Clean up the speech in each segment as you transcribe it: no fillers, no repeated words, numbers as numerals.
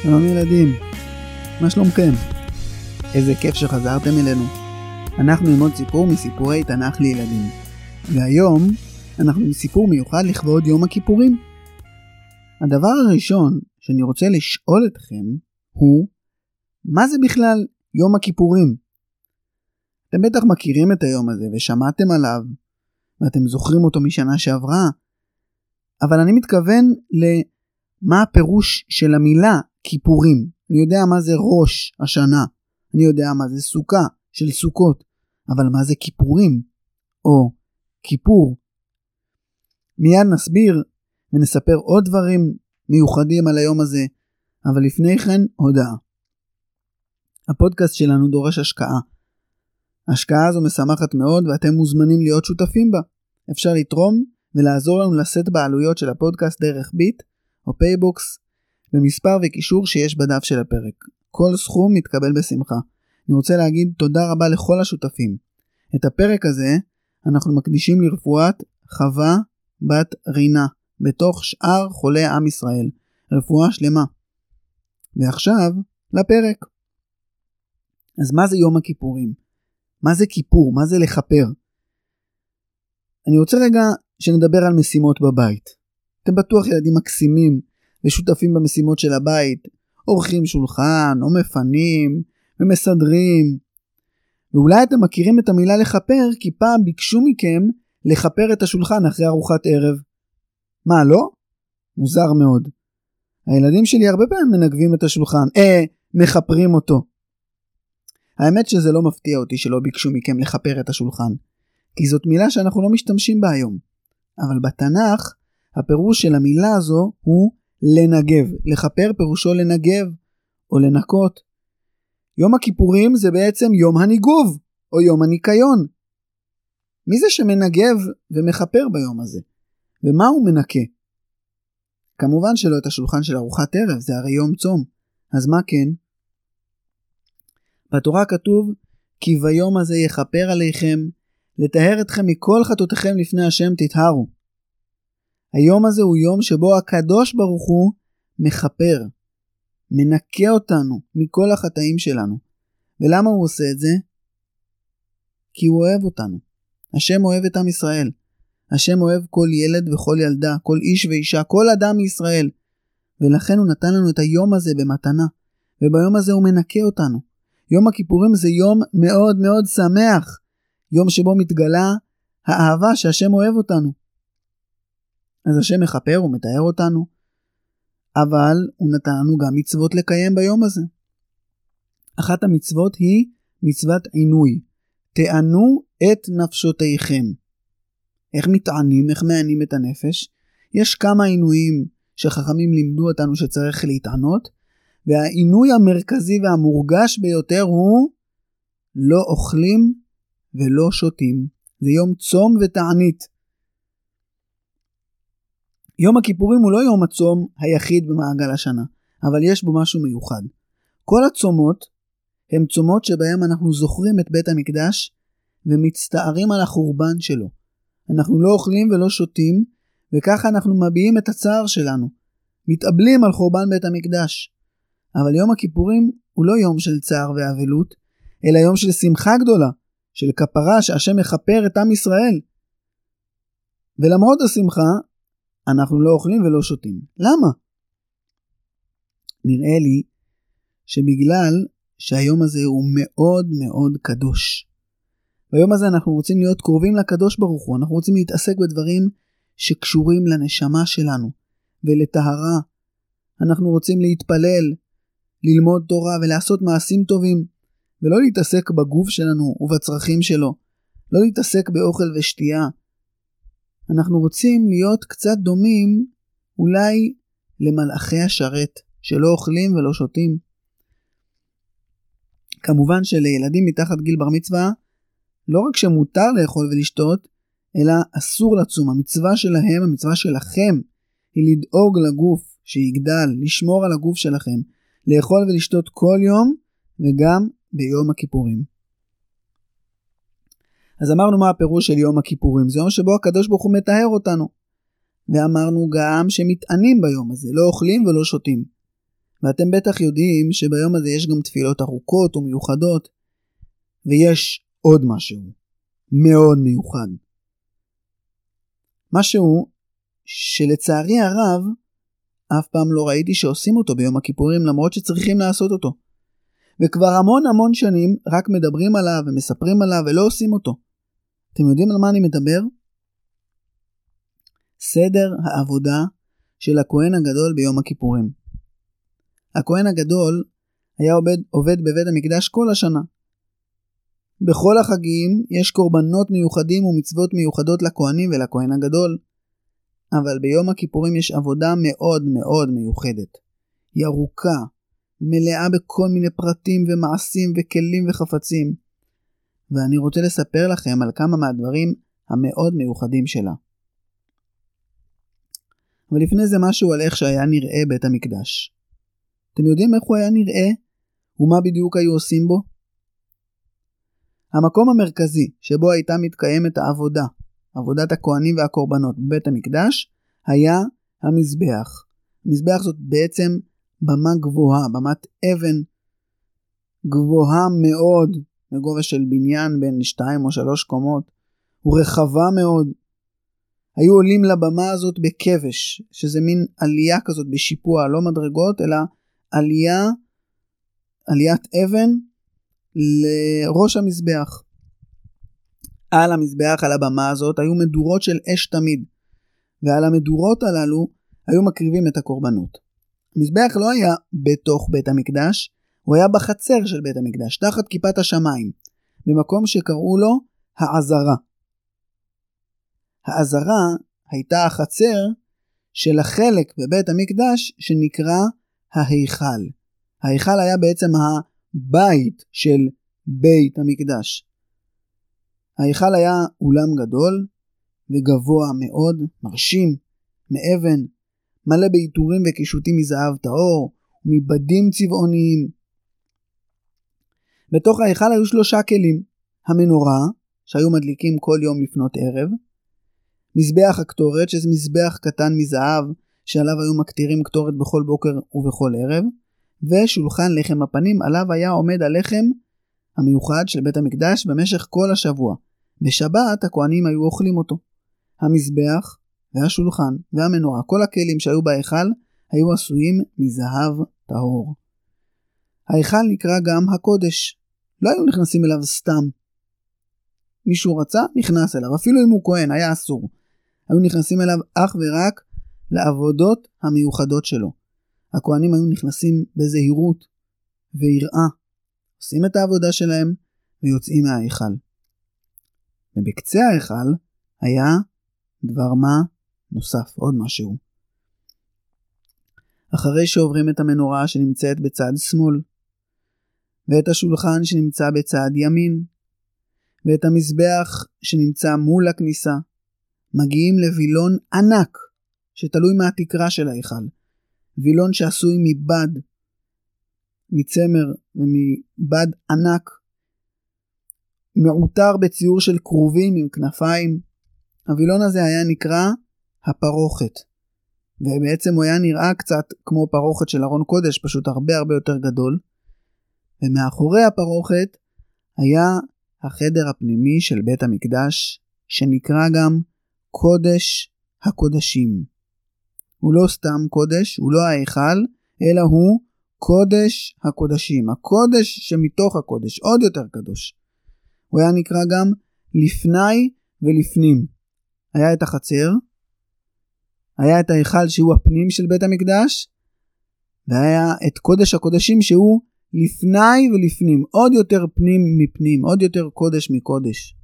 שלום ילדים, מה שלומכם? איזה כיף שחזרתם אלינו. אנחנו עם עוד סיפור מסיפורי תנ"ך לילדים. והיום אנחנו בסיפור מיוחד לכבוד יום הכיפורים. הדבר הראשון שאני רוצה לשאול אתכם הוא, מה זה בכלל יום הכיפורים? אתם בטח מכירים את היום הזה ושמעתם עליו, ואתם זוכרים אותו משנה שעברה, אבל אני מתכוון למה הפירוש של המילה כיפורים. אני יודע מה זה ראש השנה, אני יודע מה זה סוכה של סוכות, אבל מה זה כיפורים או כיפור? מיד נסביר ונספר עוד דברים מיוחדים על היום הזה, אבל לפני כן הודעה. הפודקאסט שלנו דורש השקעה. ההשקעה הזו משמחת מאוד ואתם מוזמנים להיות שותפים בה. אפשר לתרום ולעזור לנו לשאת בעלויות של הפודקאסט דרך ביט או פייבוקס במספר וקישור שיש בדף של הפרק. כל סכום מתקבל בשמחה. אני רוצה להגיד תודה רבה לכל השותפים. את הפרק הזה אנחנו מקדישים לרפואת חווה בת רינה בתוך שאר חולי עם ישראל. רפואה שלמה. ועכשיו לפרק. אז מה זה יום הכיפורים? מה זה כיפור? מה זה לכפר? אני רוצה רגע שנדבר על משימות בבית. אתם בטוח ילדים מקסימים ושותפים במשימות של הבית, עורכים שולחן או מפנים ומסדרים. ואולי אתם מכירים את המילה לכפר כי פעם ביקשו מכם לכפר את השולחן אחרי ארוחת ערב. מה לא? מוזר מאוד. הילדים שלי הרבה פעמים מנגבים את השולחן, מכפרים אותו. האמת שזה לא מפתיע אותי שלא ביקשו מכם לכפר את השולחן, כי זאת מילה שאנחנו לא משתמשים בה היום. אבל בתנ"ך הפירוש של המילה הזו הוא לנגב. לכפר פירושו לנגב או לנקות. יום הכיפורים זה בעצם יום הניגוב או יום הניקיון. מי זה שמנגב ומכפר ביום הזה? ומה הוא מנקה? כמובן שלא את השולחן של ארוחת ערב, זה הרי יום צום. אז מה כן? בתורה כתוב, כי ביום הזה יכפר עליכם, לטהר אתכם מכל חטאותיכם לפני השם תטהרו. היום הזה הוא יום שבו הקדוש ברוך הוא מכפר, מנקה אותנו מכל החטאים שלנו. ולמה הוא עושה את זה? כי הוא אוהב אותנו. השם אוהב את עם ישראל. השם אוהב כל ילד וכל ילדה, כל איש ואישה, כל אדם מישראל. ולכן הוא נתן לנו את היום הזה במתנה. וביום הזה הוא מנקה אותנו. יום הכיפורים זה יום מאוד מאוד שמח. יום שבו מתגלה האהבה שהשם אוהב אותנו. אז השם מכפר ומתאר אותנו. אבל הוא נתן לנו גם מצוות לקיים ביום הזה. אחת המצוות היא מצוות עינוי. תענו את נפשותיכם. איך מתענים, איך מענים את הנפש? יש כמה עינויים שחכמים לימדו אותנו שצריך להתענות, והעינוי המרכזי והמורגש ביותר הוא לא אוכלים ולא שותים. זה יום צום ותענית. יום הכיפורים הוא לא יום הצום היחיד במעגל השנה, אבל יש בו משהו מיוחד. כל הצומות הם צומות שבהם אנחנו זוכרים את בית המקדש ומצטערים על החורבן שלו. אנחנו לא אוכלים ולא שותים, וככה אנחנו מביעים את הצער שלנו, מתאבלים על חורבן בית המקדש. אבל יום הכיפורים הוא לא יום של צער ואבלות, אלא יום של שמחה גדולה, של כפרה שהשם מכפר את עם ישראל. ולמרות השמחה, אנחנו לא אוכלים ולא שותים. למה? נראה לי שבגלל שהיום הזה הוא מאוד מאוד קדוש. ביום הזה אנחנו רוצים להיות קרובים לקדוש ברוך הוא, אנחנו רוצים להתעסק בדברים שקשורים לנשמה שלנו ולטהרה. אנחנו רוצים להתפלל, ללמוד תורה ולעשות מעשים טובים, ולא להתעסק בגוף שלנו ובצרכים שלו, לא להתעסק באוכל ושתייה. אנחנו רוצים להיות קצת דומים אולי למלאכי השרת, שלא אוכלים ולא שותים. כמובן שלילדים מתחת גיל בר מצווה, לא רק שמותר לאכול ולשתות, אלא אסור לצום. המצווה שלהם, המצווה שלכם, היא לדאוג לגוף שיגדל, לשמור על הגוף שלכם, לאכול ולשתות כל יום וגם ביום הכיפורים. אז אמרנו מה הפירוש של יום הכיפורים. זה יום שבו הקדוש ברוך הוא מטהר אותנו. ואמרנו גם שמתענים ביום הזה, לא אוכלים ולא שותים. ואתם בטח יודעים שביום הזה יש גם תפילות ארוכות ומיוחדות, ויש עוד משהו מאוד מיוחד. משהו שלצערי הרב אף פעם לא ראיתי שעושים אותו ביום הכיפורים, למרות שצריכים לעשות אותו. וכבר המון שנים רק מדברים עליו ומספרים עליו ולא עושים אותו. אתם יודעים על מה אני מדבר? סדר העבודה של הכהן הגדול ביום הכיפורים. הכהן הגדול היה עובד בבית המקדש כל השנה. בכל החגים יש קורבנות מיוחדים ומצוות מיוחדות לכהנים ולכהן הגדול. אבל ביום הכיפורים יש עבודה מאוד מיוחדת. היא ארוכה, מלאה בכל מיני פרטים ומעשים וכלים וחפצים. ואני רוצה לספר לכם על כמה מהדברים המאוד מיוחדים שלה. אבל לפני זה משהו על איך שהיה נראה בית המקדש. אתם יודעים איך הוא היה נראה? ומה בדיוק היו עושים בו? המקום המרכזי שבו הייתה מתקיימת העבודה, עבודת הכהנים והקורבנות בבית המקדש, היה המזבח. המזבח זאת בעצם במה גבוהה, במת אבן גבוהה מאוד, בגובה של בניין בין 2 או 3 קומות, ורחבה מאוד. היו עולים לבמה הזאת בכבש, שזה מין עלייה כזאת בשיפוע, לא מדרגות, אלא עליית אבן לראש המזבח. על המזבח, על הבמה הזאת, היו מדורות של אש תמיד, ועל המדורות הללו היו מקריבים את הקורבנות. המזבח לא היה בתוך בית המקדש, הוא היה בחצר של בית המקדש, תחת כיפת השמיים, במקום שקראו לו העזרה. העזרה הייתה החצר של החלק בבית המקדש שנקרא ההיכל. ההיכל היה בעצם הבית של בית המקדש. ההיכל היה אולם גדול וגבוה מאוד, מרשים, מאבן, מלא בעיטורים וקישוטים מזהב טהור ומבדים צבעוניים. בתוך ההיכל היו 3 כלים: המנורה, שהיו מדליקים כל יום לפנות ערב, מזבח הקטורת, שזה מזבח קטן מזהב, שעליו היו מקטירים קטורת בכל בוקר ובכל ערב, ושולחן לחם הפנים, עליו היה עומד הלחם המיוחד של בית המקדש במשך כל השבוע. בשבת הכהנים היו אוכלים אותו. המזבח והשולחן והמנורה, כל הכלים שהיו בהיכל, היו עשויים מזהב טהור. ההיכל נקרא גם הקודש. לא היו נכנסים אליו סתם. מישהו רצה, נכנס אליו. אפילו אם הוא כהן, היה אסור. היו נכנסים אליו אך ורק לעבודות המיוחדות שלו. הכהנים היו נכנסים בזהירות ויראה, עושים את העבודה שלהם ויוצאים מההיכל. ובקצה ההיכל היה דבר מה נוסף, עוד משהו. אחרי שעוברים את המנורה שנמצאת בצד שמאל, ואת השולחן שנמצא בצד ימין, ואת המזבח שנמצא מול הכניסה, מגיעים לווילון ענק שתלוי מהתקרה של ההיכל. וילון שעשוי מבד, מצמר ומבד ענק, מעוטר בציור של כרובים עם כנפיים. הווילון הזה היה נקרא הפרוכת, ובעצם הוא היה נראה קצת כמו פרוכת של ארון קודש, פשוט הרבה יותר גדול. ומאחורי הפרוכת היה החדר הפנימי של בית המקדש, שנקרא גם קודש הקודשים. הוא לא סתם קודש, הוא לא ההיכל, אלא הוא קודש הקודשים. הקודש שמתוך הקודש, עוד יותר קדוש. הוא היה נקרא גם לפני ולפנים. היה את החצר, היה את ההיכל שהוא הפנים של בית המקדש, והיה את קודש הקודשים שהוא לפני ולפנים. עוד יותר פנים מפנים, עוד יותר קודש מקודש.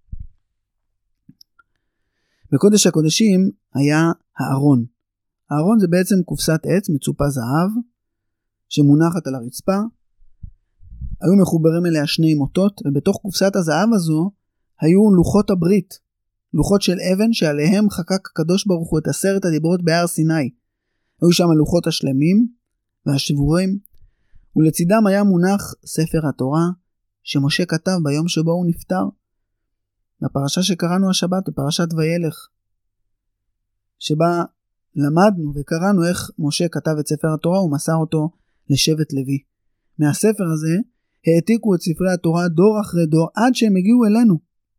בקודש הקודשים היה הארון. הארון זה בעצם קופסת עץ מצופה זהב שמונחת על הרצפה. היו מחוברים אליה 2 מוטות, ובתוך קופסת הזהב הזו היו לוחות הברית, לוחות של אבן שעליהם חקק הקדוש ברוך הוא את 10 הדיברות בהר סיני. היו שם הלוחות השלמים והשבורים, ולצידם היה מונח ספר התורה שמשה כתב ביום שבו הוא נפטר. בפרשה שקראנו השבת, בפרשת וילך, שבה למדנו וקראנו איך משה כתב את ספר התורה ומסר אותו לשבט לוי. מהספר הזה העתיקו את ספרי התורה דור אחרי דור עד שהם הגיעו אלינו.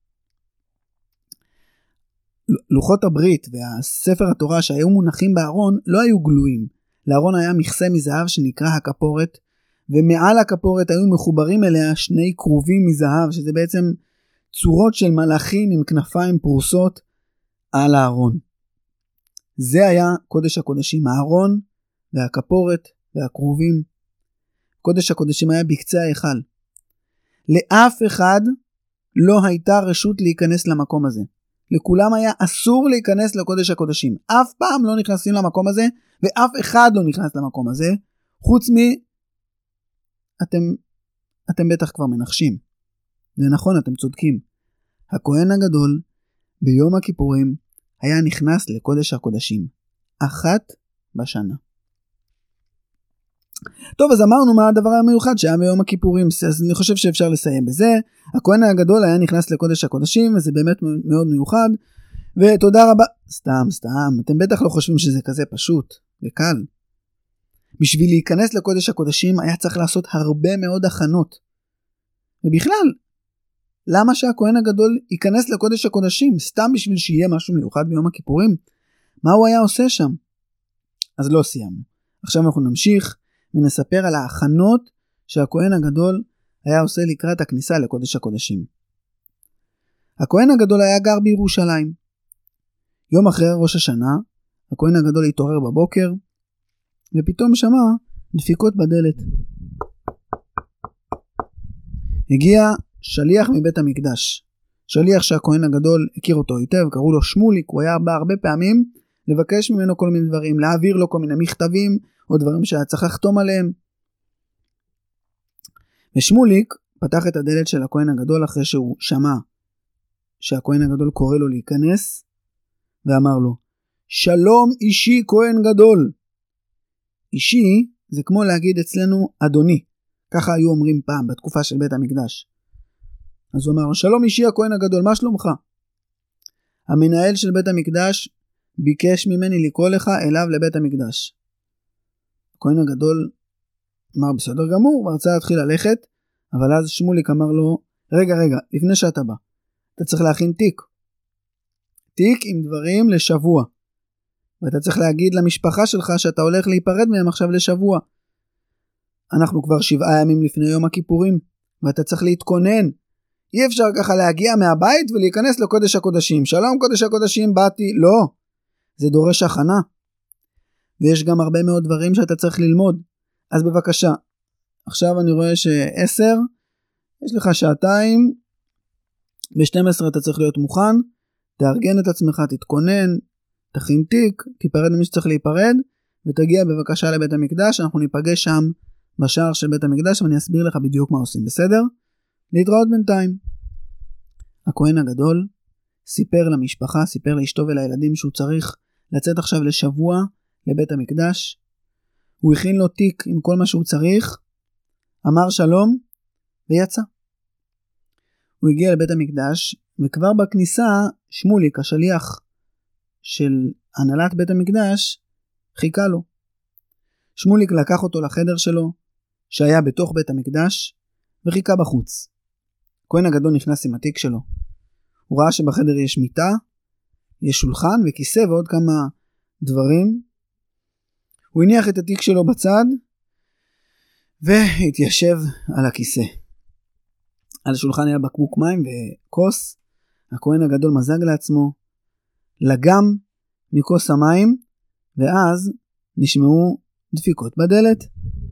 לוחות הברית והספר התורה שהיו מונחים בארון לא היו גלויים. לארון היה מכסה מזהב שנקרא הכפורת, ומעל הכפורת היו מחוברים אליה שני כרובים מזהב, שזה בעצם צורות של מלאכים עם כנפיים פרוסות על הארון. זה היה קודש הקודשים, הארון והכפורת והכרובים. קודש הקודשים היה בקצה ההיכל. לאף אחד לא הייתה רשות להיכנס למקום הזה. לכולם היה אסור להיכנס לקודש הקודשים. אף פעם לא נכנסים למקום הזה, ואף אחד לא נכנס למקום הזה, חוץ אתם בטח כבר מנחשים. זה נכון, אתם צודקים. הכהן הגדול ביום הכיפורים היה נכנס לקודש הקודשים. אחת בשנה. טוב, אז אמרנו מה הדבר המיוחד שהיה ביום הכיפורים, אז אני חושב שאפשר לסיים בזה. הכהן הגדול היה נכנס לקודש הקודשים, וזה באמת מאוד מיוחד, ותודה רבה. סתם, אתם בטח לא חושבים שזה כזה פשוט וקל. בשביל להיכנס לקודש הקודשים היה צריך לעשות הרבה מאוד הכנות. ובכלל, למה שהכהן הגדול ייכנס לקודש הקודשים? סתם בשביל שיהיה משהו מיוחד ביום הכיפורים? מה הוא היה עושה שם? אז לא סיימנו. עכשיו אנחנו נמשיך ונספר על ההכנות שהכהן הגדול היה עושה לקראת הכניסה לקודש הקודשים. הכהן הגדול היה גר בירושלים. יום אחרי ראש השנה, הכהן הגדול התעורר בבוקר, ופתאום שמע דפיקות בדלת. הגיע שליח מבית המקדש. שליח שהכהן הגדול הכיר אותו היטב, קראו לו שמוליק, הוא היה בא הרבה פעמים לבקש ממנו כל מיני דברים, להעביר לו כל מיני מכתבים, או דברים שהיה צריך לחתום עליהם. ושמוליק פתח את הדלת של הכהן הגדול אחרי שהוא שמע שהכהן הגדול קורא לו להיכנס, ואמר לו, שלום אישי כהן גדול. אישי זה כמו להגיד אצלנו אדוני, ככה היו אומרים פעם בתקופה של בית המקדש. אז הוא אמר, שלום אישי הכהן הגדול, מה שלומך? המנהל של בית המקדש ביקש ממני לקרוא לך אליו לבית המקדש. הכהן הגדול אמר בסדר גמור, ורצה להתחיל ללכת, אבל אז שמוליק אמר לו, רגע, לפני שאתה בא, אתה צריך להכין תיק עם דברים לשבוע, ואתה צריך להגיד למשפחה שלך שאתה הולך להיפרד מהם עכשיו לשבוע. אנחנו כבר 7 ימים לפני יום הכיפורים, ואתה צריך להתכונן. אי אפשר ככה להגיע מהבית ולהיכנס לקודש הקודשים. שלום קודש הקודשים, באתי. לא, זה דורש הכנה. ויש גם הרבה מאוד דברים שאתה צריך ללמוד. אז בבקשה, עכשיו אני רואה ש10, יש לך 2 ב-12 אתה צריך להיות מוכן, תארגן את עצמך, תתכונן, תכין תיק, תיפרד ממי שצריך להיפרד, ותגיע בבקשה לבית המקדש, אנחנו ניפגש שם בשער של בית המקדש, ואני אסביר לך בדיוק מה עושים, בסדר? להתראות בינתיים. הכהן הגדול סיפר למשפחה, סיפר לאשתו ולילדים שהוא צריך לצאת עכשיו לשבוע לבית המקדש, הוא הכין לו תיק עם כל מה שהוא צריך, אמר שלום ויצא. הוא הגיע לבית המקדש, וכבר בכניסה שמוליק, השליח של הנהלת בית המקדש, חיכה לו. שמוליק לקח אותו לחדר שלו, שהיה בתוך בית המקדש, וחיכה בחוץ. הכהן הגדול נכנס עם התיק שלו. הוא ראה שבחדר יש מיטה, יש שולחן וכיסא ועוד כמה דברים. הוא הניח את התיק שלו בצד, והתיישב על הכיסא. על השולחן היה בקבוק מים וכוס. הכהן הגדול מזג לעצמו, לגם מכוס המים, ואז נשמעו דפיקות בדלת.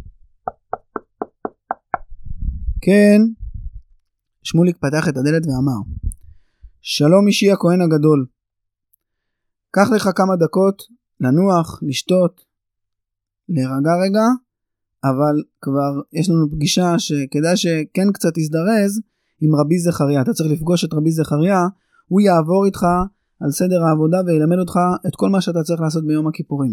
כן, שמוליק פתח את הדלת ואמר, שלום אישי הכהן הגדול, קח לך כמה דקות לנוח, לשתות, להירגע רגע, אבל כבר יש לנו פגישה שכדאי שכן קצת תזדרז עם רבי זכריה. אתה צריך לפגוש את רבי זכריה, הוא יעבור איתך על סדר העבודה וילמד אותך את כל מה שאתה צריך לעשות ביום הכיפורים.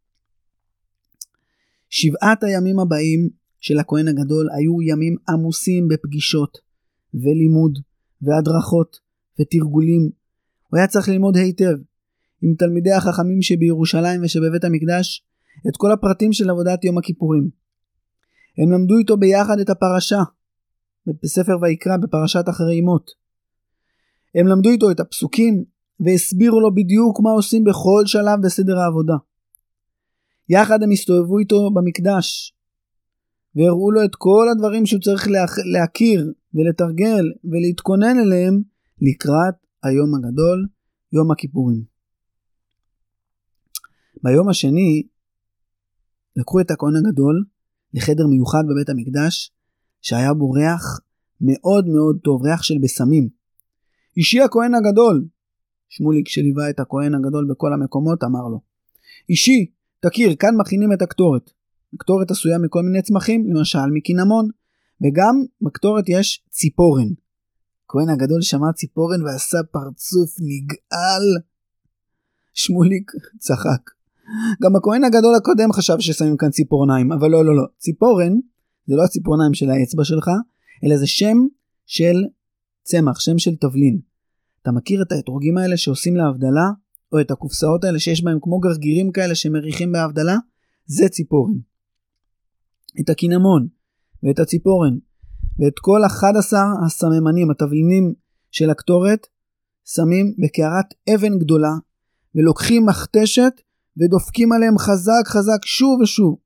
7 הימים הבאים של הכהן הגדול היו ימים עמוסים בפגישות ולימוד והדרכות ותרגולים. הוא היה צריך ללמוד היטב עם תלמידי החכמים שבירושלים ושבבית המקדש את כל הפרטים של עבודת יום הכיפורים. הם למדו איתו ביחד את הפרשה, בספר ויקרא, בפרשת אחרי מות. הם למדו איתו את הפסוקים, והסבירו לו בדיוק מה עושים בכל שלב בסדר העבודה. יחד הם הסתובבו איתו במקדש, והראו לו את כל הדברים שהוא צריך להכיר ולתרגל ולהתכונן אליהם לקראת היום הגדול, יום הכיפורים. ביום השני לקחו את הכהן הגדול לחדר מיוחד בבית המקדש, שהיה בו ריח מאוד מאוד טוב, ריח של בשמים. אישי הכהן הגדול, שמוליק שליווה את הכהן הגדול בכל המקומות, אמר לו, אישי, תכיר, כאן מכינים את הקטורת. הקטורת עשויה מכל מיני צמחים, למשל מקינמון, וגם בקטורת יש ציפורן. הכהן הגדול שמע ציפורן ועשה פרצוף נגעל. שמוליק צחק. גם הכהן הגדול הקודם חשב ששמים כאן ציפורניים, אבל לא. ציפורן זה לא הציפורניים של האצבע שלך, אלא זה שם של צמח, שם של תבלין. אתה מכיר את האתרוגים האלה שעושים להבדלה, או את הקופסאות האלה שיש בהם כמו גרגירים כאלה שמריחים בהבדלה? זה ציפורן. את הקינמון ואת הציפורן ואת כל 11 הסממנים, התבלינים של הקטורת, שמים בקערת אבן גדולה, ולוקחים מכתשת ודופקים עליהם חזק שוב ושוב.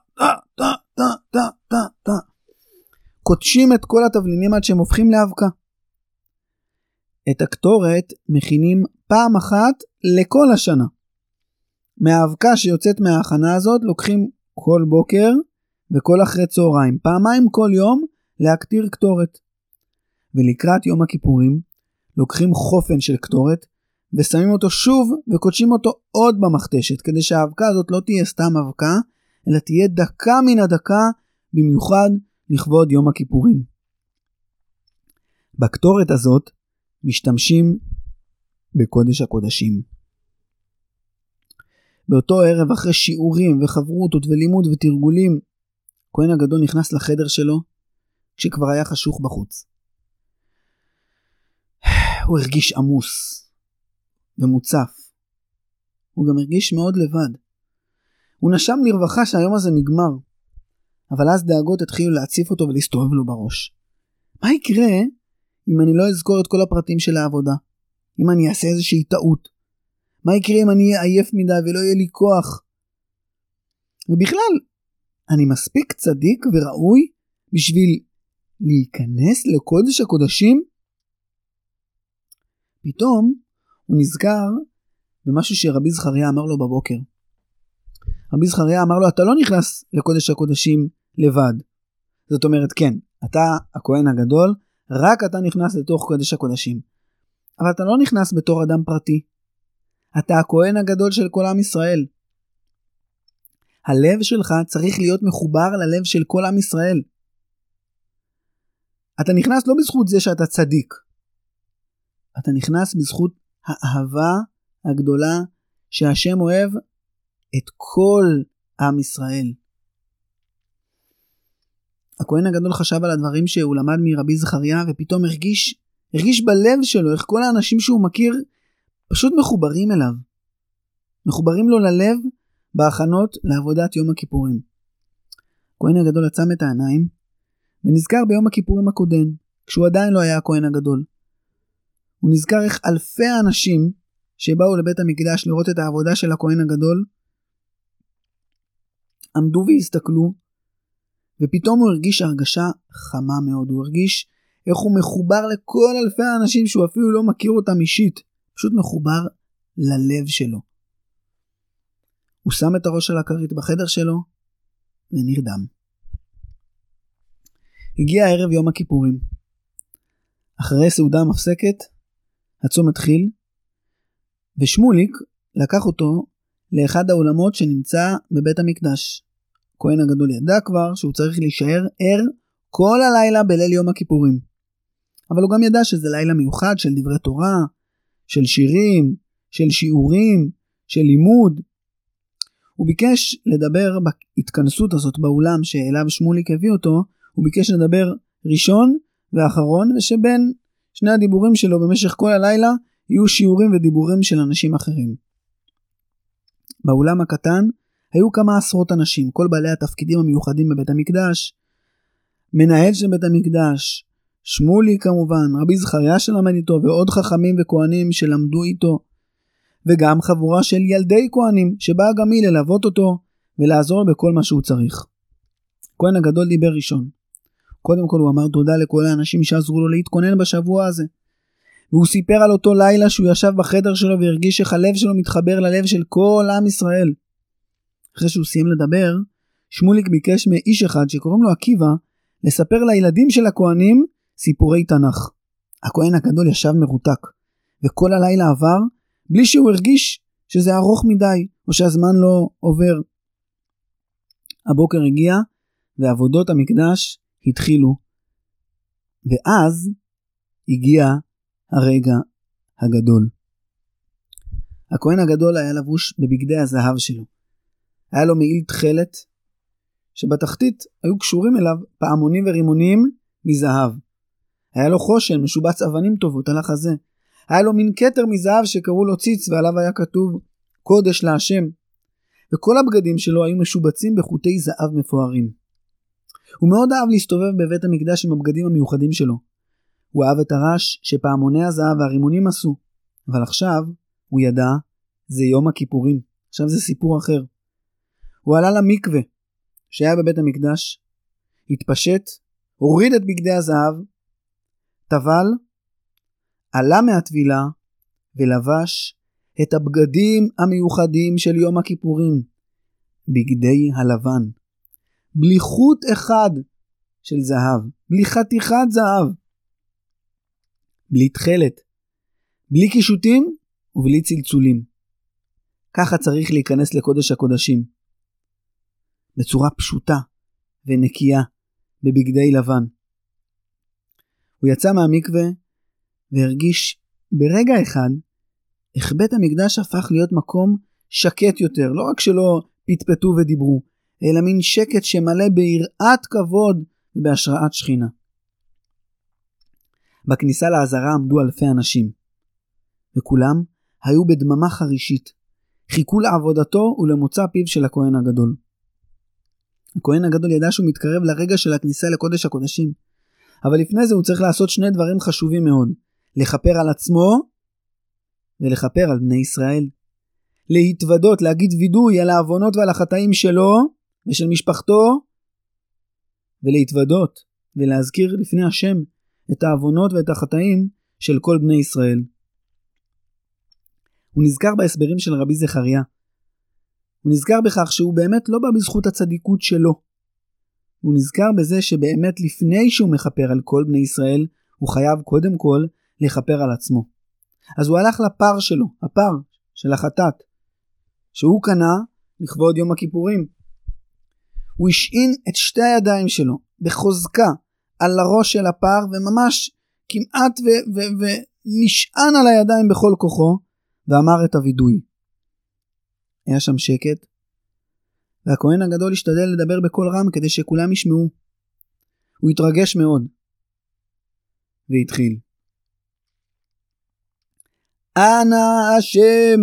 קודשים את כל התבלינים עד שהם הופכים לאבקה. את הקטורת מכינים פעם אחת לכל השנה. מהאבקה שיוצאת מההכנה הזאת לוקחים כל בוקר וכל אחרי צהריים, פעמיים כל יום להקטיר קטורת. ולקראת יום הכיפורים לוקחים חופן של קטורת ושמים אותו שוב וקודשים אותו עוד במכתשת, כדי שהאבקה הזאת לא תהיה סתם אבקה, אלא תהיה דקה מן הדקה, במיוחד לכבוד יום הכיפורים. בקטורת הזאת משתמשים בקודש הקודשים. באותו ערב, אחרי שיעורים וחברותות ולימוד ותרגולים, הכהן הגדול נכנס לחדר שלו כשכבר היה חשוך בחוץ. הוא הרגיש עמוס ומוצף. הוא גם הרגיש מאוד לבד. הוא נשם לרווחה שהיום הזה נגמר, אבל אז דאגות התחילו להציף אותו ולהסתובב לו בראש. מה יקרה אם אני לא אזכור את כל הפרטים של העבודה? אם אני אעשה איזושהי טעות? מה יקרה אם אני אהיה עייף מדי ולא יהיה לי כוח? ובכלל, אני מספיק צדיק וראוי בשביל להיכנס לקודש הקודשים? פתאום הוא נזכר במשהו שרבי זכריה אמר לו בבוקר. רבי זכריה אמר לו, אתה לא נכנס לקודש הקודשים לבד. זאת אומרת, כן, אתה הכהן הגדול, רק אתה נכנס לתוך קודש הקודשים. אבל אתה לא נכנס בתור אדם פרטי. אתה הכהן הגדול של כל עם ישראל. הלב שלך צריך להיות מחובר ללב של כל עם ישראל. אתה נכנס לא בזכות זה שאתה צדיק. אתה נכנס בזכות האהבה הגדולה שהשם אוהב את כל עם ישראל. הכהן הגדול חשב על הדברים שהוא למד מרבי זכריה, ופתאום הרגיש בלב שלו איך כל האנשים שהוא מכיר פשוט מחוברים אליו. מחוברים לו ללב בהכנות לעבודת יום הכיפורים. הכהן הגדול עצם את העיניים ונזכר ביום הכיפורים הקודם, כשהוא עדיין לא היה הכהן הגדול. הוא נזכר איך אלפי האנשים שבאו לבית המקדש לראות את העבודה של הכהן הגדול עמדו והסתכלו, ופתאום הוא הרגיש הרגשה חמה מאוד. הוא הרגיש איך הוא מחובר לכל אלפי האנשים שהוא אפילו לא מכיר אותם אישית, פשוט מחובר ללב שלו. הוא שם את הראש על הכרית בחדר שלו ונרדם. הגיע הערב יום הכיפורים. אחרי סעודה מפסקת, הצום התחיל, ושמוליק לקח אותו לאחד האולמות שנמצא בבית המקדש. הכהן הגדול ידע כבר שהוא צריך להישאר ער כל הלילה בליל יום הכיפורים. אבל הוא גם ידע שזה לילה מיוחד של דברי תורה, של שירים, של שיעורים, של לימוד. הוא ביקש לדבר בהתכנסות הזאת באולם שאליו שמוליק הביא אותו, הוא ביקש לדבר ראשון ואחרון, ושבין שני הדיבורים שלו במשך כל הלילה יהיו שיעורים ודיבורים של אנשים אחרים. באולם הקטן היו כמה עשרות אנשים, כל בעלי התפקידים המיוחדים בבית המקדש, מנהל של בית המקדש, שמולי כמובן, רבי זכריה שלמד איתו, ועוד חכמים וכהנים שלמדו איתו, וגם חבורה של ילדי כהנים, שבאה גם היא ללוות אותו, ולעזור בכל מה שהוא צריך. כהן הגדול דיבר ראשון. קודם כל הוא אמר תודה לכל האנשים שעזרו לו להתכונן בשבוע הזה. והוא סיפר על אותו לילה שהוא ישב בחדר שלו והרגיש איך הלב שלו מתחבר ללב של כל עם ישראל. אחרי שהוא סיים לדבר, שמוליק ביקש מאיש אחד שקוראים לו עקיבא, לספר לילדים של הכהנים סיפורי תנ"ך. הכהן הגדול ישב מרותק, וכל הלילה עבר בלי שהוא הרגיש שזה ארוך מדי, או שהזמן לא עובר. הבוקר הגיע, ועבודות המקדש התחילו, ואז הגיע הרגע הגדול. הכהן הגדול היה לבוש בבגדי הזהב שלו. היה לו מעיל תכלת, שבתחתית היו קשורים אליו פעמונים ורימונים מזהב. היה לו חושן משובץ אבנים טובות על החזה. היה לו מין כתר מזהב שקראו לו ציץ, ועליו היה כתוב קודש להשם. וכל הבגדים שלו היו משובצים בחוטי זהב מפוארים. הוא מאוד אהב להסתובב בבית המקדש עם הבגדים המיוחדים שלו. הוא אהב את הרעש שפעמוני הזהב והרימונים עשו. אבל עכשיו הוא ידע, זה יום הכיפורים. עכשיו זה סיפור אחר. הוא עלה למקווה שהיה בבית המקדש, התפשט, הוריד את בגדי הזהב, טבל, עלה מהטבילה ולבש את הבגדים המיוחדים של יום הכיפורים, בגדי הלבן, בלי חוט אחד של זהב, בלי חתיכת זהב, בלי תכלת, בלי קישוטים ובלי צלצולים. ככה צריך להיכנס לקודש הקודשים, בצורה פשוטה ונקייה, בבגדי לבן. הוא יצא מהמקווה והרגיש ברגע אחד איך בית המקדש הפך להיות מקום שקט יותר, לא רק שלא פטפטו ודיברו, אלא מין שקט שמלא ביראת כבוד ובהשראת שכינה. בכניסה לעזרה עמדו אלפי אנשים, וכולם היו בדממה חרישית, חיכו לעבודתו ולמוצא פיו של הכהן הגדול. הכהן הגדול ידע שהוא מתקרב לרגע של הכניסה לקודש הקודשים, אבל לפני זה הוא צריך לעשות שני דברים חשובים מאוד, לכפר על עצמו ולכפר על בני ישראל. להתוודות, להגיד וידוי על העוונות ועל החטאים שלו ושל משפחתו, ולהתוודות ולהזכיר לפני השם את העוונות ואת החטאים של כל בני ישראל. הוא נזכר בהסברים של רבי זכריה. הוא נזכר בכך שהוא באמת לא בא בזכות הצדיקות שלו. הוא נזכר בזה שבאמת לפני שהוא מכפר על כל בני ישראל, הוא חייב קודם כל לכפר על עצמו. אז הוא הלך לפר שלו, הפר של החטאת, שהוא קנה לכבוד יום הכיפורים. הוא השעין את שתי הידיים שלו בחוזקה על הראש של הפר, וממש כמעט ונשען על הידיים בכל כוחו, ואמר את הוידוי. היה שם שקט, והכהן הגדול השתדל לדבר בקול רם כדי שכולם ישמעו. הוא התרגש מאוד, והתחיל. אנא השם.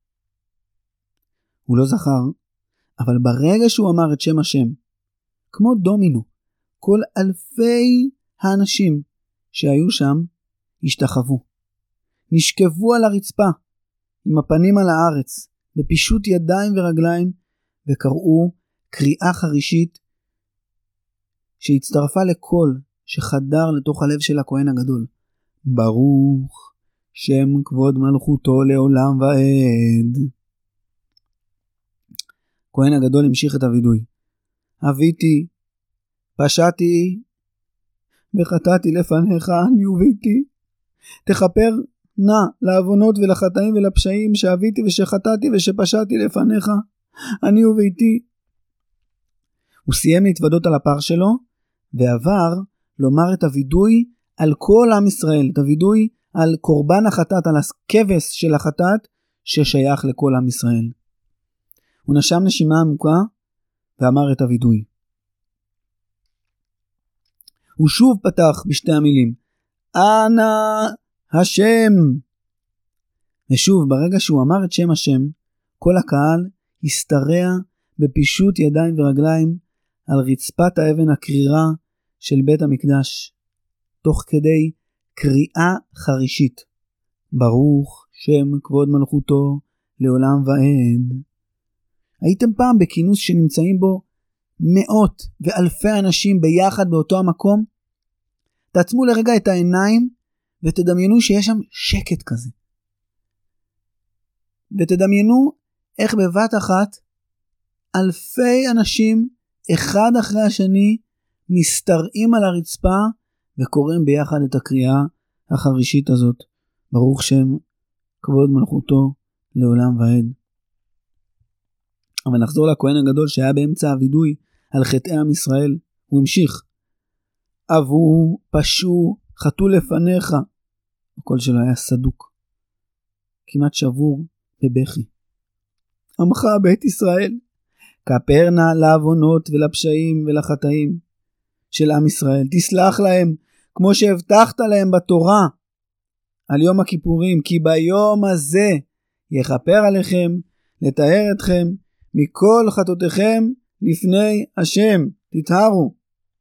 הוא לא זכר, אבל ברגע שהוא אמר את שם השם, כמו דומינו, כל אלפי האנשים שהיו שם השתחוו, נשכבו על הרצפה, עם הפנים על הארץ, בפישוט ידיים ורגליים, וקראו קריאה חרישית שהצטרפה לקול שחדר לתוך הלב של הכהן הגדול. ברוך שם כבוד מלכותו לעולם ועד. הכהן הגדול המשיך את הוידוי. הביתי, פשעתי וחטאתי לפניך, אני וביתי. תכפר נא לעוונות ולחטאים ולפשעים שהביתי ושחטאתי ושפשעתי לפניך, אני וביתי. הוא סיים להתוודות על הפר שלו, ועבר לומר את הוידוי על כל עם ישראל, את הוידוי על קורבן החטאת, על הכבש של החטאת ששייך לכל עם ישראל. הוא נשם נשימה עמוקה ואמר את הוידוי. הוא שוב פתח בשתי המילים, אנא השם. ושוב, ברגע שהוא אמר את שם השם, כל הקהל הסתרע בפישוט ידיים ורגליים על רצפת האבן הקרירה של בית המקדש, תוך כדי קריאה חרישית, ברוך שם כבוד מלכותו לעולם ועד. הייתם פעם בכינוס שנמצאים בו מאות ואלפי אנשים ביחד באותו המקום? תעצמו לרגע את העיניים ותדמיינו שיש שם שקט כזה. ותדמיינו איך בבת אחת אלפי אנשים אחד אחרי השני מסתרעים על הרצפה וקוראים ביחד את הקריאה החרישית הזאת, ברוך שם כבוד מלכותו לעולם ועד. אבל נחזור לכהן הגדול שהיה באמצע הווידוי על חטאי עם ישראל. הוא המשיך, אבו, פשו, חטאו לפניך. הקול שלו היה סדוק, כמעט שבור בבכי. עמך בית ישראל, כפר נא לעוונות ולפשעים ולחטאים של עם ישראל. תסלח להם כמו שהבטחת להם בתורה על יום הכיפורים, כי ביום הזה יכפר עליכם לתאר אתכם מכל חטאותיכם לפני השם. תתהרו.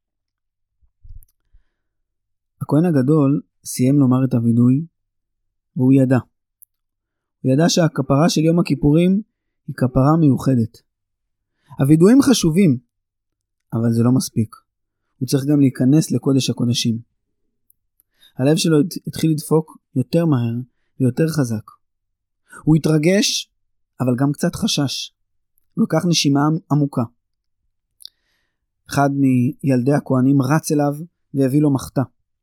הכהן הגדול סיים לומר את הווידוי, והוא ידע. הוא ידע שהכפרה של יום הכיפורים היא כפרה מיוחדת. הווידויים חשובים, אבל זה לא מספיק. הוא צריך גם להיכנס לקודש הקודשים. הלב שלו התחיל לדפוק יותר מהר ויותר חזק. הוא התרגש, אבל גם קצת חשש. הוא לקח נשימה עמוקה. אחד מילדי הכהנים רץ אליו והביא לו מחתה.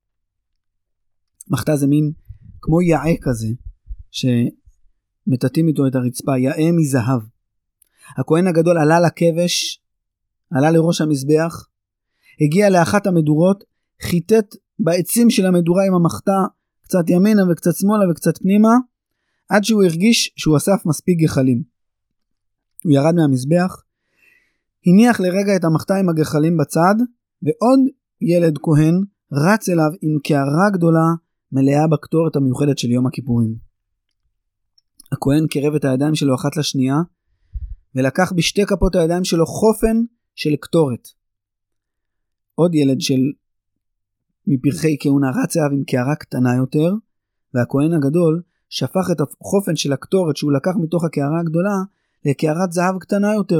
מחתה זה מין כמו יעה כזה, שמטטים איתו את הרצפה, יעה מזהב. הכהן הגדול עלה לכבש, עלה לראש המזבח, הגיע לאחת המדורות, חיטט בעצים של המדורה עם המחתה, קצת ימינה וקצת שמאלה וקצת פנימה, עד שהוא הרגיש שהוא אסף מספיק גחלים. הוא ירד מהמזבח, הניח לרגע את המחתה עם הגחלים בצד, ועוד ילד כהן רץ אליו עם קערה גדולה מלאה בקטורת המיוחדת של יום הכיפורים. הכהן קרב את הידיים שלו אחת לשנייה, ולקח בשתי כפות הידיים שלו חופן של קטורת. עוד ילד מפרחי כהונה רץ אליו עם קערה קטנה יותר, והכהן הגדול שפך את החופן של הקטורת שהוא לקח מתוך הקערה הגדולה לקערת זהב קטנה יותר.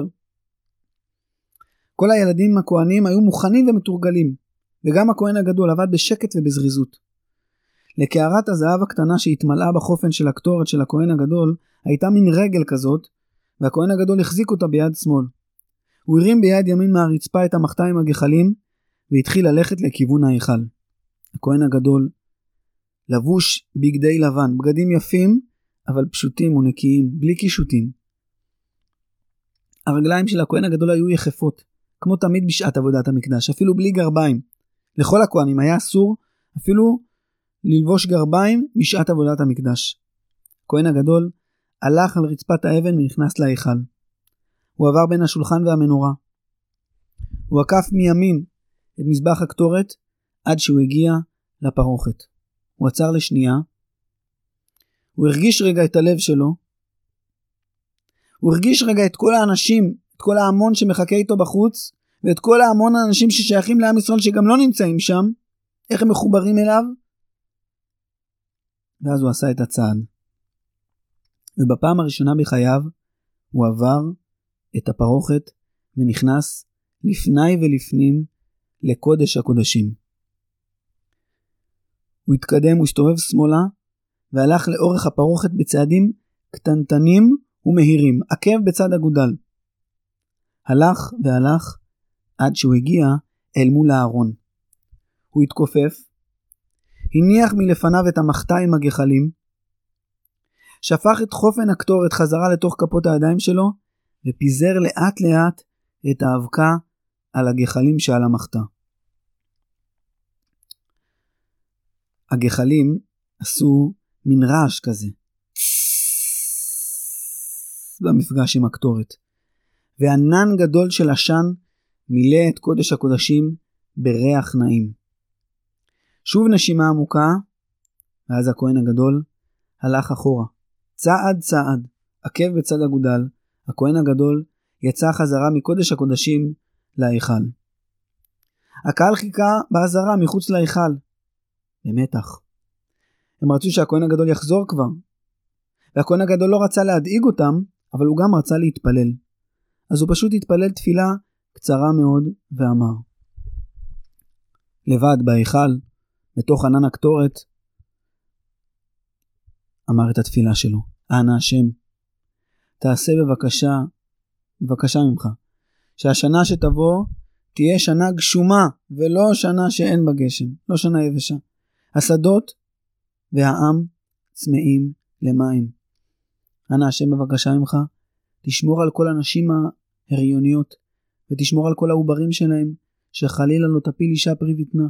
כל הילדים הכהנים היו מוכנים ומתורגלים, וגם הכהן הגדול עבד בשקט ובזריזות. לקערת הזהב הקטנה שהתמלאה בחופן של הקטורת של הכהן הגדול הייתה מין רגל כזאת, והכהן הגדול החזיק אותה ביד שמאל. הוא הרים ביד ימין מהרצפה את המחתה עם הגחלים, והתחיל ללכת לכיוון ההיכל. הכהן הגדול לבוש בגדי לבן, בגדים יפים, אבל פשוטים ונקיים, בלי קישוטים. הרגליים של הכהן הגדול היו יחפות, כמו תמיד בשעת עבודת המקדש, אפילו בלי גרביים. לכל הכהנים היה אסור אפילו ללבוש גרביים בשעת עבודת המקדש. הכהן הגדול הלך על רצפת האבן ונכנס להיכל. הוא עבר בין השולחן והמנורה. הוא עקף מימין את מזבח הקטורת עד שהוא הגיע לפרוכת. הוא עצר לשנייה. הוא הרגיש רגע את הלב שלו. הוא הרגיש רגע את כל האנשים, את כל ההמון שמחכה איתו בחוץ, ואת כל ההמון האנשים ששייכים לעם ישראל שגם לא נמצאים שם, איך הם מחוברים אליו. ואז הוא עשה את הצעד. ובפעם הראשונה בחייו הוא עבר את הפרוכת ונכנס לפני ולפנים לקודש הקודשים. הוא התקדם, הוא הסתובב שמאלה והלך לאורך הפרוכת בצעדים קטנטנים ומהירים, עקב בצד אגודל. הלך והלך עד שהוא הגיע אל מול הארון. הוא התכופף, הניח מלפניו את המחתה עם הגחלים, שפך את חופן הקטורת חזרה לתוך כפות הידיים שלו, ופיזר לאט לאט את האבקה על הגחלים שעל המחתה. הגחלים עשו מין רעש כזה, במפגש עם הקטורת, וענן גדול של עשן מילא את קודש הקודשים בריח נעים. שוב נשימה עמוקה, ואז הכהן הגדול הלך אחורה, צעד צעד, עקב בצד אגודל. הכהן הגדול יצא חזרה מקודש הקודשים להיכל. הקהל חיכה בעזרה מחוץ להיכל, במתח. הם רצו שהכהן הגדול יחזור כבר, והכהן הגדול לא רצה להדאיג אותם, אבל הוא גם רצה להתפלל. אז הוא פשוט התפלל תפילה קצרה מאוד ואמר. לבד בהיכל, בתוך ענן הקטורת, אמר את התפילה שלו. אנא השם, תעשה בבקשה ממך, שהשנה שתבוא תהיה שנה גשומה, ולא שנה שאין בה גשם, לא שנה יבשה. השדות והעם צמאים למים. אנא השם בבקשה ממך, תשמור על כל הנשים ההריוניות, ותשמור על כל העוברים שלהם, שחלילה לא תפיל אישה פרי בטנה.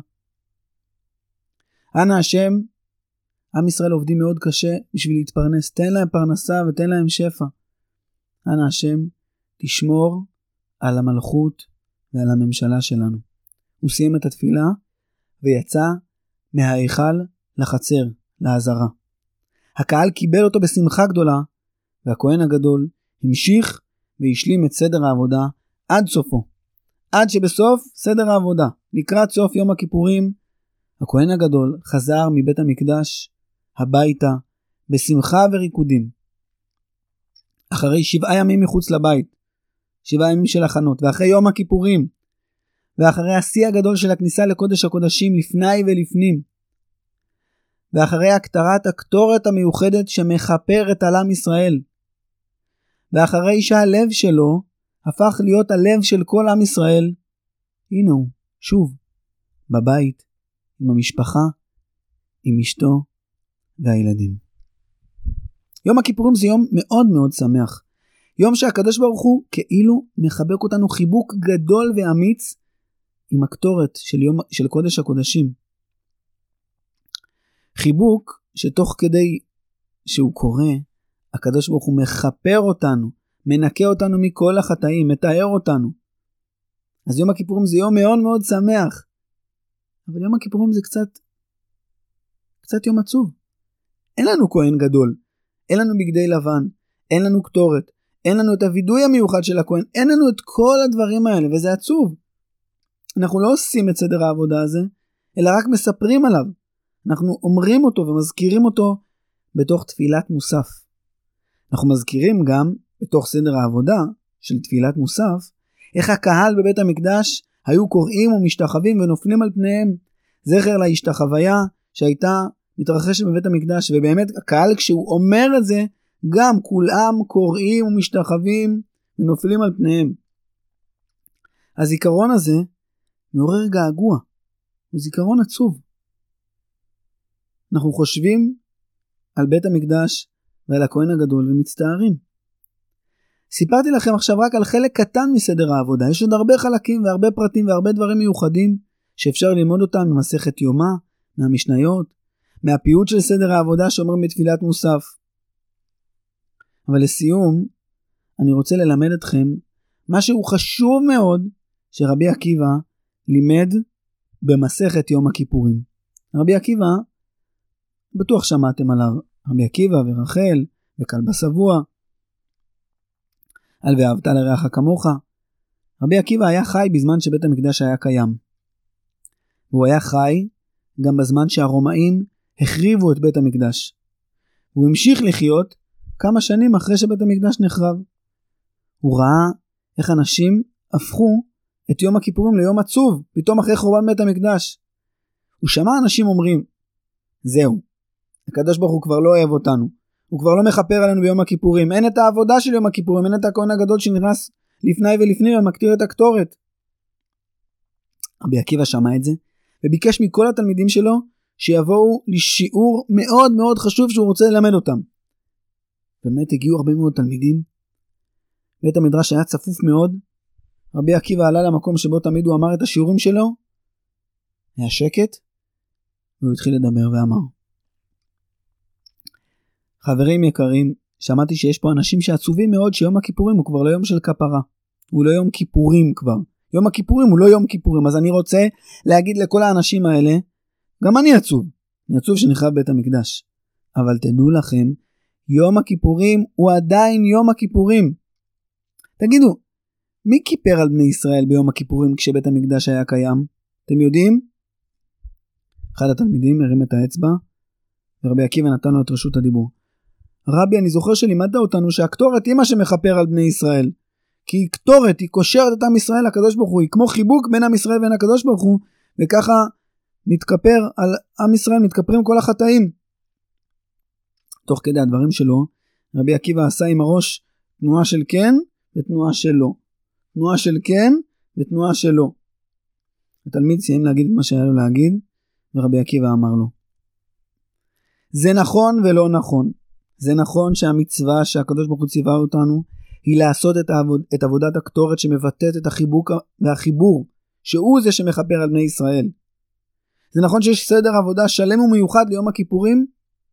אנא השם, עם ישראל עובדים מאוד קשה בשביל להתפרנס, תן להם פרנסה ותן להם שפע. אנא השם, תשמור על המלכות ועל הממשלה שלנו. הוא סיים את התפילה ויצא מההיכל לחצר, לעזרה. הקהל קיבל אותו בשמחה גדולה, והכהן הגדול המשיך והשלים את סדר העבודה עד סופו. עד שבסוף סדר העבודה, לקראת סוף יום הכיפורים, הכהן הגדול חזר מבית המקדש הביתה בשמחה וריקודים. אחרי 7 ימים מחוץ לבית, 7 ימים של הכנות, ואחרי יום הכיפורים, ואחרי השיא הגדול של הכניסה לקודש הקודשים לפני ולפנים, ואחרי הכתרת הקטורת המיוחדת שמחפרת על עם ישראל, ואחרי שהלב שלו הפך להיות הלב של כל עם ישראל, הנה הוא, שוב, בבית, עם המשפחה, עם אשתו והילדים. יום הכיפורים זה יום מאוד מאוד שמח. יום שהקדוש ברוך הוא כאילו מחבק אותנו חיבוק גדול ואמיץ עם הקטורת של קודש הקודשים. חיבוק שתוך כדי שהוא קורא, הקדוש ברוך הוא מחפר אותנו, מנקה אותנו מכל החטאים, מתאר אותנו. אז יום הכיפורים זה יום מאוד מאוד שמח. אבל יום הכיפורים זה קצת יום עצוב. אין לנו כהן גדול, אין לנו בגדי לבן, אין לנו קטורת, אין לנו את הוידוי המיוחד של הכהן, אין לנו את כל הדברים האלה, וזה עצוב. אנחנו לא עושים את סדר העבודה הזה, אלא רק מספרים עליו. אנחנו אומרים אותו ומזכירים אותו בתוך תפילת מוסף. אנחנו מזכירים גם בתוך סדר העבודה של תפילת מוסף, איך הקהל בבית המקדש היו קוראים ומשתחווים ונופלים על פניהם, זכר להשתחוויה שהייתה מתרחשת בבית המקדש, ובאמת הקהל כשהוא אומר את זה, גם כולם קוראים ומשתחווים ונופלים על פניהם. הזיכרון הזה מעורר געגוע, הוא זיכרון עצוב. אנחנו חושבים על בית המקדש ועל הכהן הגדול ומצטערים. סיפרתי לכם עכשיו רק על חלק קטן מסדר העבודה, יש עוד הרבה חלקים והרבה פרטים והרבה דברים מיוחדים שאפשר ללמוד אותם ממסכת יומא, מהמשניות, מהפיוט של סדר העבודה שאומר מתפילת מוסף. אבל לסיום, אני רוצה ללמד אתכם משהו חשוב מאוד שרבי עקיבא לימד במסכת יום הכיפורים. רבי עקיבא, בטוח שמעתם עליו, רבי עקיבא ורחל וכלבה שבוע, על ואהבת לרעך כמוך. רבי עקיבא היה חי בזמן שבית המקדש היה קיים. הוא היה חי גם בזמן שהרומאים החריבו את בית המקדש. הוא המשיך לחיות כמה שנים אחרי שבית המקדש נחרב. הוא ראה איך אנשים הפכו את יום הכיפורים ליום עצוב, פתאום אחרי חורבן בית המקדש. הוא שמע אנשים אומרים, זהו, הקדוש ברוך הוא כבר לא אוהב אותנו, הוא כבר לא מחפר עלינו ביום הכיפורים, אין את העבודה של יום הכיפורים, אין את הכהן הגדול שנכנס לפני ולפנים ומקטיר את הקטורת. רבי עקיבא שמע את זה, וביקש מכל התלמידים שלו שיבואו לשיעור מאוד מאוד חשוב שהוא רוצה ללמד אותם. באמת הגיעו הרבה מאוד תלמידים, בית המדרש היה צפוף מאוד, רבי עקיבא עלה למקום שבו תמיד הוא אמר את השיעורים שלו, היה שקט, והוא התחיל לדבר ואמר, חברים יקרים, שמעתי שיש פה אנשים שעצובים מאוד שיום הכיפורים הוא כבר לא יום של כפרה, הוא לא יום כיפורים כבר, יום הכיפורים הוא לא יום כיפורים, אז אני רוצה להגיד לכל האנשים האלה, גם אני עצוב שנחרב בית המקדש, אבל תדעו לכם, יום הכיפורים הוא עדיין יום הכיפורים. תגידו, מי כיפר על בני ישראל ביום הכיפורים כשבית המקדש היה קיים? אתם יודעים? אחד התלמידים הרים את האצבע, ורבי עקיבא נתן לו את רשות הדיבור. רבי, אני זוכר שלימדת אותנו שהקטורת היא מה שמכפר על בני ישראל. כי היא קטורת, היא קושרת את עם ישראל לקדוש ברוך הוא, היא כמו חיבוק בין עם ישראל ובין הקדוש ברוך הוא, וככה מתכפר על עם ישראל, מתכפרים כל החטאים. תוך כדי הדברים שלו, רבי עקיבא עשה עם הראש תנועה של כן ותנועה של לא. תנועה של כן ותנועה של לא. התלמיד סיים להגיד את מה שהיה לו להגיד, ורבי עקיבא אמר לו, זה נכון ולא נכון. זה נכון שהמצווה שהקדוש ברוך הוא ציווה אותנו, היא לעשות את עבודת הקטורת שמבטאת את החיבוק והחיבור, שהוא זה שמחבר על בני ישראל. זה נכון שיש סדר עבודה שלם ומיוחד ליום הכיפורים,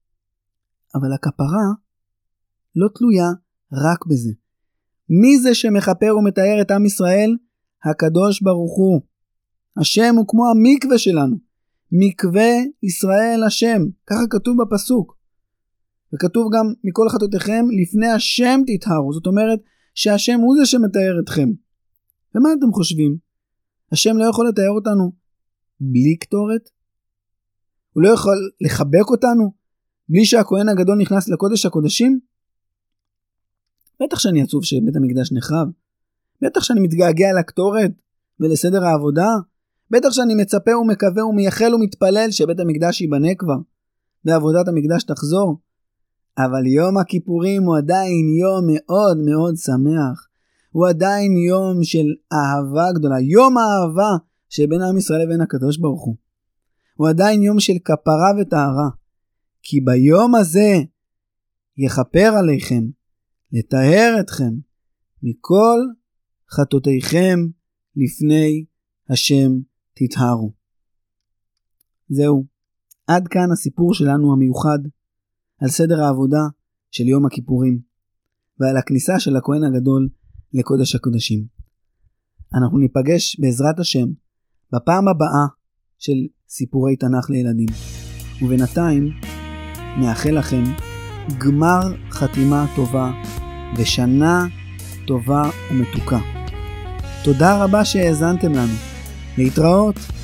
אבל הכפרה לא תלויה רק בזה. מי זה שמחפר ומתאר את עם ישראל? הקדוש ברוך הוא. השם הוא כמו המקווה שלנו. מקווה ישראל השם. ככה כתוב בפסוק. וכתוב גם מכל חטאותיכם לפני השם תטהרו. זאת אומרת שהשם הוא זה שמתאר אתכם. ומה אתם חושבים? השם לא יכול לתאר אותנו בלי קטורת? הוא לא יכול לחבק אותנו בלי שהכהן הגדול נכנס לקודש הקודשים? בטח שאני עצוב שבית המקדש נחרב. בטח שאני מתגעגע לקטורת ולסדר העבודה. בטח שאני מצפה ומקווה ומייחל ומתפלל שבית המקדש ייבנה כבר, ועבודת המקדש תחזור. אבל יום הכיפורים הוא עדיין יום מאוד מאוד שמח. הוא עדיין יום של אהבה גדולה. יום האהבה שבין עם ישראל לבין הקדוש ברוך הוא. הוא עדיין יום של כפרה וטהרה. כי ביום הזה יכפר עליכם, לטהר אתכם מכל חטאותיכם לפני השם תטהרו. זהו. עד כאן הסיפור שלנו המיוחד על סדר העבודה של יום הכיפורים ועל הכניסה של הכהן הגדול לקודש הקודשים. אנחנו ניפגש בעזרת השם בפעם הבאה של סיפורי תנ"ך לילדים. ובינתיים נאחל לכם גמר חתימה טובה ושנה טובה ומתוקה. תודה רבה שהאזנתם לנו. להתראות.